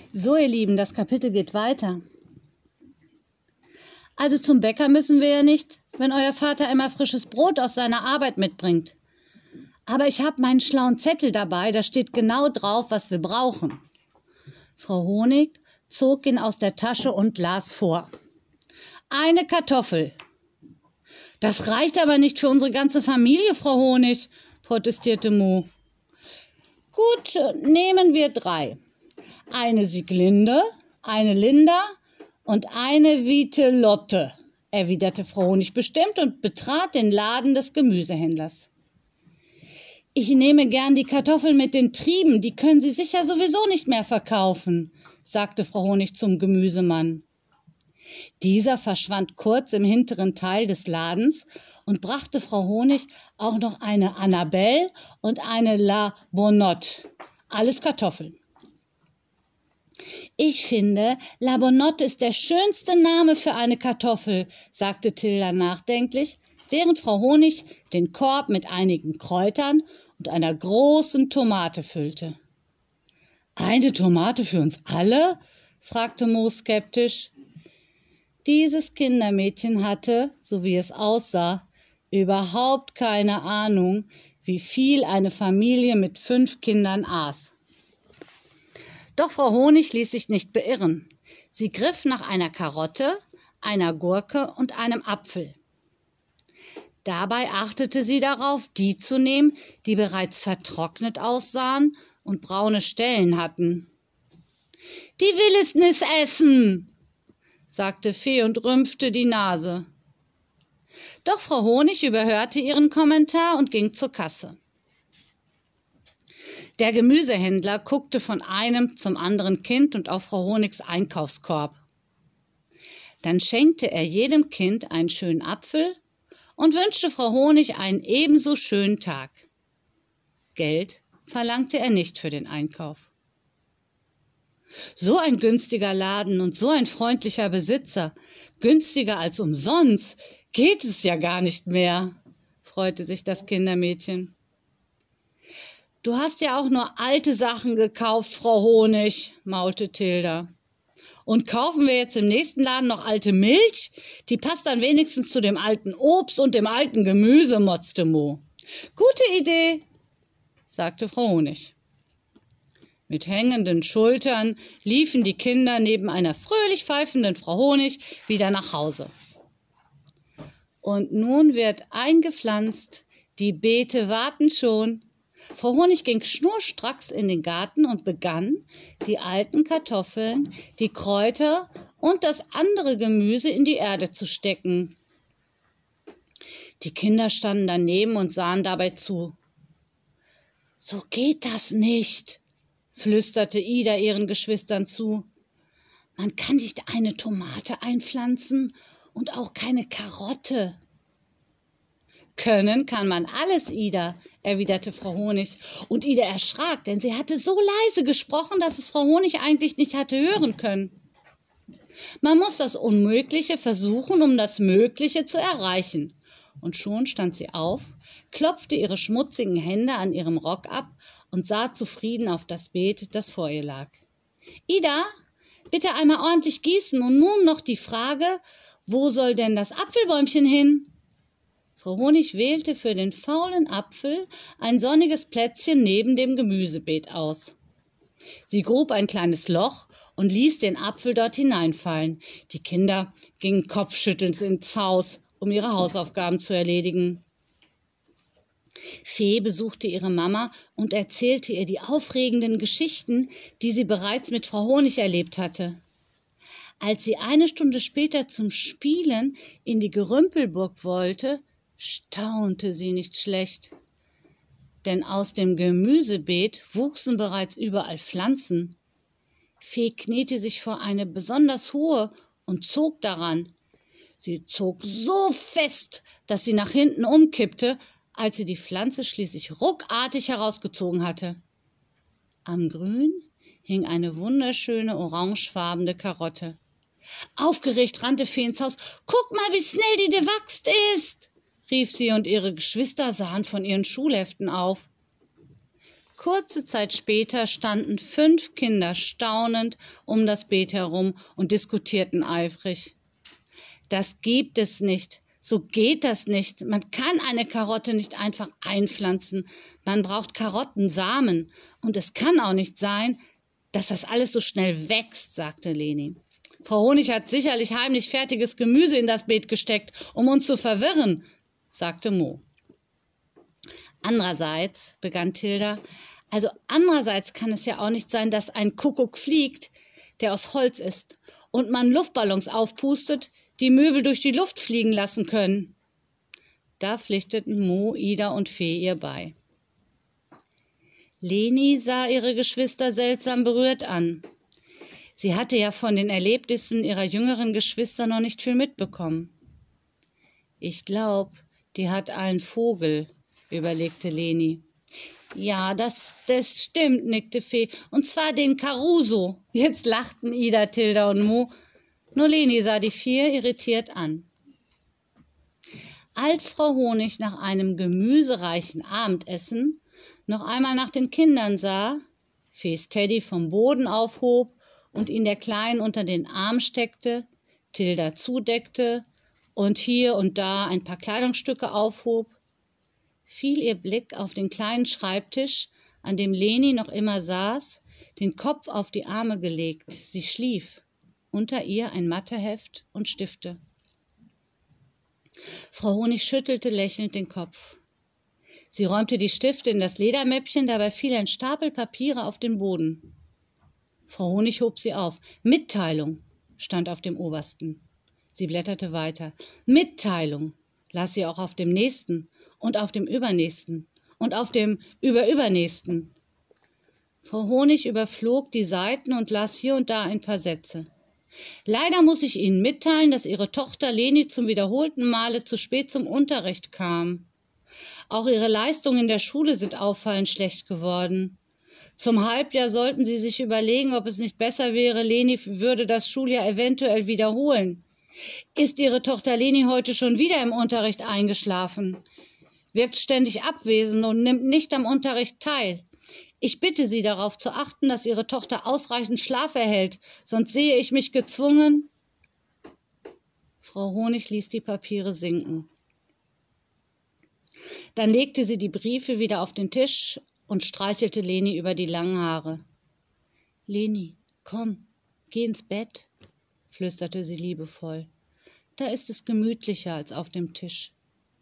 So, ihr Lieben, das Kapitel geht weiter. Also zum Bäcker müssen wir ja nicht, wenn euer Vater immer frisches Brot aus seiner Arbeit mitbringt. Aber ich habe meinen schlauen Zettel dabei, da steht genau drauf, was wir brauchen. Frau Honig zog ihn aus der Tasche und las vor. Eine Kartoffel. Das reicht aber nicht für unsere ganze Familie, Frau Honig, protestierte Mo. Gut, nehmen wir 3. Eine Sieglinde, eine Linda und eine Vitelotte, erwiderte Frau Honig bestimmt und betrat den Laden des Gemüsehändlers. Ich nehme gern die Kartoffeln mit den Trieben, die können Sie sicher sowieso nicht mehr verkaufen, sagte Frau Honig zum Gemüsemann. Dieser verschwand kurz im hinteren Teil des Ladens und brachte Frau Honig auch noch eine Annabelle und eine La Bonnotte, alles Kartoffeln. Ich finde, La Bonnotte ist der schönste Name für eine Kartoffel, sagte Tilda nachdenklich, während Frau Honig den Korb mit einigen Kräutern und einer großen Tomate füllte. »Eine Tomate für uns alle?« fragte Mo skeptisch. Dieses Kindermädchen hatte, so wie es aussah, überhaupt keine Ahnung, wie viel eine Familie mit 5 Kindern aß. Doch Frau Honig ließ sich nicht beirren. Sie griff nach einer Karotte, einer Gurke und einem Apfel. Dabei achtete sie darauf, die zu nehmen, die bereits vertrocknet aussahen und braune Stellen hatten. »Die will es nicht essen«, sagte Fee und rümpfte die Nase. Doch Frau Honig überhörte ihren Kommentar und ging zur Kasse. Der Gemüsehändler guckte von einem zum anderen Kind und auf Frau Honigs Einkaufskorb. Dann schenkte er jedem Kind einen schönen Apfel und wünschte Frau Honig einen ebenso schönen Tag. Geld verlangte er nicht für den Einkauf. So ein günstiger Laden und so ein freundlicher Besitzer, günstiger als umsonst, geht es ja gar nicht mehr, freute sich das Kindermädchen. »Du hast ja auch nur alte Sachen gekauft, Frau Honig«, maulte Tilda. »Und kaufen wir jetzt im nächsten Laden noch alte Milch? Die passt dann wenigstens zu dem alten Obst und dem alten Gemüse«, motzte Mo. »Gute Idee«, sagte Frau Honig. Mit hängenden Schultern liefen die Kinder neben einer fröhlich pfeifenden Frau Honig wieder nach Hause. Und nun wird eingepflanzt, die Beete warten schon. Frau Honig ging schnurstracks in den Garten und begann, die alten Kartoffeln, die Kräuter und das andere Gemüse in die Erde zu stecken. Die Kinder standen daneben und sahen dabei zu. »So geht das nicht«, flüsterte Ida ihren Geschwistern zu. »Man kann nicht eine Tomate einpflanzen und auch keine Karotte.« »Können kann man alles, Ida«, erwiderte Frau Honig. Und Ida erschrak, denn sie hatte so leise gesprochen, dass es Frau Honig eigentlich nicht hatte hören können. Man muss das Unmögliche versuchen, um das Mögliche zu erreichen. Und schon stand sie auf, klopfte ihre schmutzigen Hände an ihrem Rock ab und sah zufrieden auf das Beet, das vor ihr lag. »Ida, bitte einmal ordentlich gießen und nun noch die Frage, wo soll denn das Apfelbäumchen hin?« Frau Honig wählte für den faulen Apfel ein sonniges Plätzchen neben dem Gemüsebeet aus. Sie grub ein kleines Loch und ließ den Apfel dort hineinfallen. Die Kinder gingen kopfschüttelnd ins Haus, um ihre Hausaufgaben zu erledigen. Fee besuchte ihre Mama und erzählte ihr die aufregenden Geschichten, die sie bereits mit Frau Honig erlebt hatte. Als sie eine Stunde später zum Spielen in die Gerümpelburg wollte, staunte sie nicht schlecht. Denn aus dem Gemüsebeet wuchsen bereits überall Pflanzen. Fee kniete sich vor eine besonders hohe und zog daran. Sie zog so fest, dass sie nach hinten umkippte, als sie die Pflanze schließlich ruckartig herausgezogen hatte. Am Grün hing eine wunderschöne orangefarbene Karotte. Aufgeregt rannte Fee ins Haus. »Guck mal, wie schnell die gewachst ist«, rief sie, und ihre Geschwister sahen von ihren Schulheften auf. Kurze Zeit später standen 5 Kinder staunend um das Beet herum und diskutierten eifrig. »Das gibt es nicht. So geht das nicht. Man kann eine Karotte nicht einfach einpflanzen. Man braucht Karottensamen. Und es kann auch nicht sein, dass das alles so schnell wächst«, sagte Leni. »Frau Honig hat sicherlich heimlich fertiges Gemüse in das Beet gesteckt, um uns zu verwirren«, sagte Mo. »Andererseits«, begann Tilda, »andererseits kann es ja auch nicht sein, dass ein Kuckuck fliegt, der aus Holz ist, und man Luftballons aufpustet, die Möbel durch die Luft fliegen lassen können.« Da pflichteten Mo, Ida und Fee ihr bei. Leni sah ihre Geschwister seltsam berührt an. Sie hatte ja von den Erlebnissen ihrer jüngeren Geschwister noch nicht viel mitbekommen. »Ich glaub, die hat einen Vogel«, überlegte Leni. »Ja, das stimmt«, nickte Fee, »und zwar den Caruso.« Jetzt lachten Ida, Tilda und Mo. Nur Leni sah die 4 irritiert an. Als Frau Honig nach einem gemüsereichen Abendessen noch einmal nach den Kindern sah, Fees Teddy vom Boden aufhob und ihn der Kleinen unter den Arm steckte, Tilda zudeckte und hier und da ein paar Kleidungsstücke aufhob, fiel ihr Blick auf den kleinen Schreibtisch, an dem Leni noch immer saß, den Kopf auf die Arme gelegt. Sie schlief. Unter ihr ein Matheheft und Stifte. Frau Honig schüttelte lächelnd den Kopf. Sie räumte die Stifte in das Ledermäppchen, dabei fiel ein Stapel Papiere auf den Boden. Frau Honig hob sie auf. »Mitteilung«, stand auf dem obersten. Sie blätterte weiter. »Mitteilung«, las sie auch auf dem nächsten und auf dem übernächsten und auf dem überübernächsten. Frau Honig überflog die Seiten und las hier und da ein paar Sätze. »Leider muss ich Ihnen mitteilen, dass Ihre Tochter Leni zum wiederholten Male zu spät zum Unterricht kam. Auch ihre Leistungen in der Schule sind auffallend schlecht geworden. Zum Halbjahr sollten Sie sich überlegen, ob es nicht besser wäre, Leni würde das Schuljahr eventuell wiederholen. Ist Ihre Tochter Leni heute schon wieder im Unterricht eingeschlafen? Wirkt ständig abwesend und nimmt nicht am Unterricht teil. Ich bitte Sie darauf zu achten, dass Ihre Tochter ausreichend Schlaf erhält, sonst sehe ich mich gezwungen.« Frau Honig ließ die Papiere sinken. Dann legte sie die Briefe wieder auf den Tisch und streichelte Leni über die langen Haare. »Leni, komm, geh ins Bett«, flüsterte sie liebevoll. »Da ist es gemütlicher als auf dem Tisch.«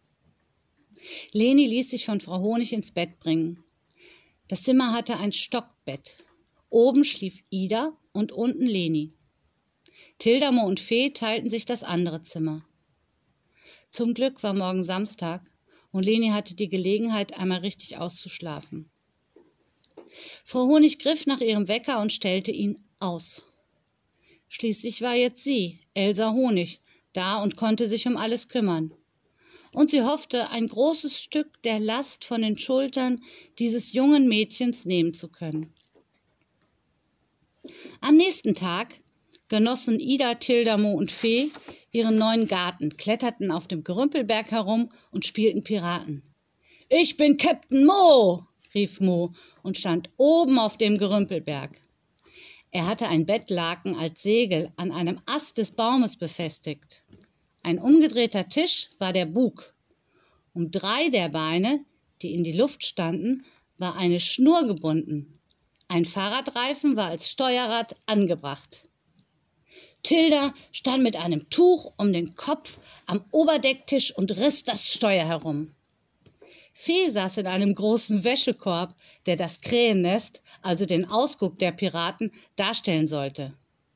Leni ließ sich von Frau Honig ins Bett bringen. Das Zimmer hatte ein Stockbett. Oben schlief Ida und unten Leni. Tilda, Mo und Fee teilten sich das andere Zimmer. Zum Glück war morgen Samstag und Leni hatte die Gelegenheit, einmal richtig auszuschlafen. Frau Honig griff nach ihrem Wecker und stellte ihn aus. Schließlich war jetzt sie, Elsa Honig, da und konnte sich um alles kümmern. Und sie hoffte, ein großes Stück der Last von den Schultern dieses jungen Mädchens nehmen zu können. Am nächsten Tag genossen Ida, Tilda, Mo und Fee ihren neuen Garten, kletterten auf dem Gerümpelberg herum und spielten Piraten. »Ich bin Captain Mo«, rief Mo und stand oben auf dem Gerümpelberg. Er hatte ein Bettlaken als Segel an einem Ast des Baumes befestigt. Ein umgedrehter Tisch war der Bug. Um 3 der Beine, die in die Luft standen, war eine Schnur gebunden. Ein Fahrradreifen war als Steuerrad angebracht. Tilda stand mit einem Tuch um den Kopf am Oberdecktisch und riss das Steuer herum. Fee saß in einem großen Wäschekorb, der das Krähennest, also den Ausguck der Piraten, darstellen sollte.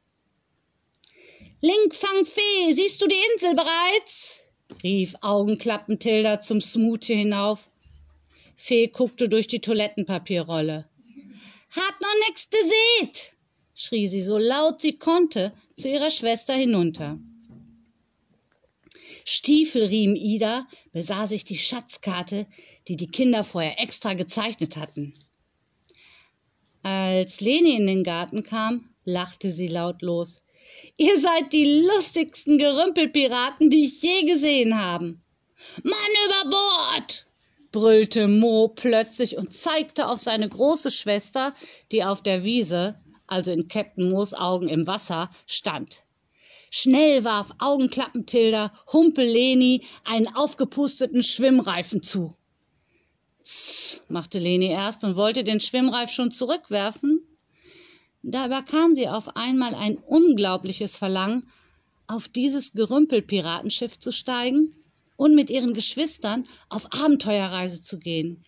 »Link, Fang, Fee, siehst du die Insel bereits?« rief augenklappend Tilda zum Smoothie hinauf. Fee guckte durch die Toilettenpapierrolle. »Hab noch nix geseht«, schrie sie so laut sie konnte zu ihrer Schwester hinunter. Stiefelriemen Ida besah sich die Schatzkarte, die die Kinder vorher extra gezeichnet hatten. Als Leni in den Garten kam, lachte sie lautlos. »Ihr seid die lustigsten Gerümpelpiraten, die ich je gesehen habe.« »Mann über Bord!« brüllte Mo plötzlich und zeigte auf seine große Schwester, die auf der Wiese, also in Captain Moos Augen im Wasser, stand. Schnell warf Augenklappentilda Humpel Leni einen aufgepusteten Schwimmreifen zu. Tss, machte Leni erst und wollte den Schwimmreif schon zurückwerfen. Da überkam sie auf einmal ein unglaubliches Verlangen, auf dieses Gerümpel-Piratenschiff zu steigen und mit ihren Geschwistern auf Abenteuerreise zu gehen.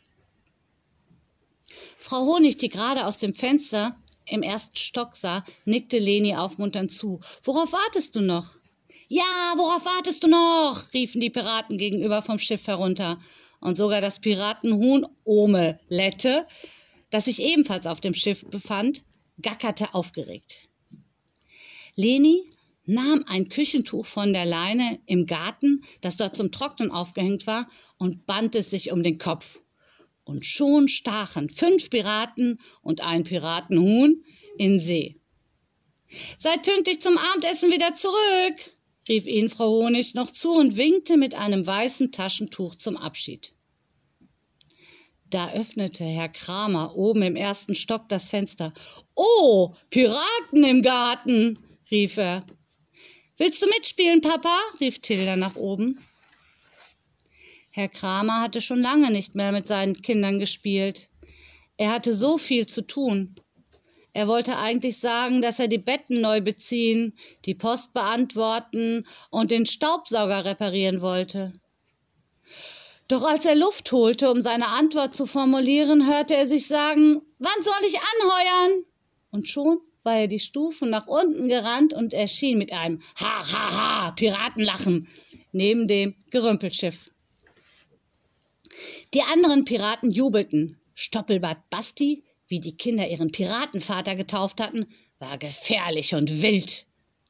Frau Honig, die gerade aus dem Fenster im ersten Stock sah, nickte Leni aufmunternd zu. »Worauf wartest du noch?« »Ja, worauf wartest du noch?« riefen die Piraten gegenüber vom Schiff herunter. Und sogar das Piratenhuhn Omelette, das sich ebenfalls auf dem Schiff befand, gackerte aufgeregt. Leni nahm ein Küchentuch von der Leine im Garten, das dort zum Trocknen aufgehängt war, und band es sich um den Kopf. Und schon stachen 5 Piraten und ein Piratenhuhn in See. »Seid pünktlich zum Abendessen wieder zurück«, rief ihnen Frau Honig noch zu und winkte mit einem weißen Taschentuch zum Abschied. Da öffnete Herr Kramer oben im ersten Stock das Fenster. »Oh, Piraten im Garten«, rief er. »Willst du mitspielen, Papa?« rief Tilda nach oben. Herr Kramer hatte schon lange nicht mehr mit seinen Kindern gespielt. Er hatte so viel zu tun. Er wollte eigentlich sagen, dass er die Betten neu beziehen, die Post beantworten und den Staubsauger reparieren wollte. Doch als er Luft holte, um seine Antwort zu formulieren, hörte er sich sagen, »Wann soll ich anheuern?« Und schon war er die Stufen nach unten gerannt und erschien mit einem Ha-Ha-Ha, Piratenlachen neben dem Gerümpelschiff. Die anderen Piraten jubelten. Stoppelbart Basti, wie die Kinder ihren Piratenvater getauft hatten, war gefährlich und wild.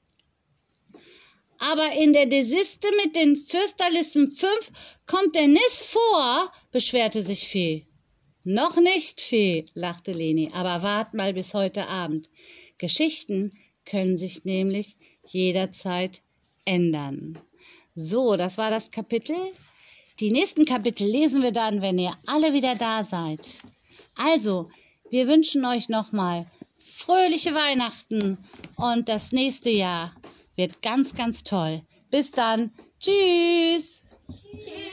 »Aber in der Desiste mit den Fürsterlissen 5 kommt der Nis vor«, beschwerte sich Fee. »Noch nicht, Fee«, lachte Leni, »aber wart mal bis heute Abend. Geschichten können sich nämlich jederzeit ändern.« So, das war das Kapitel. Die nächsten Kapitel lesen wir dann, wenn ihr alle wieder da seid. Also, wir wünschen euch nochmal fröhliche Weihnachten und das nächste Jahr wird ganz, ganz toll. Bis dann. Tschüss. Tschüss.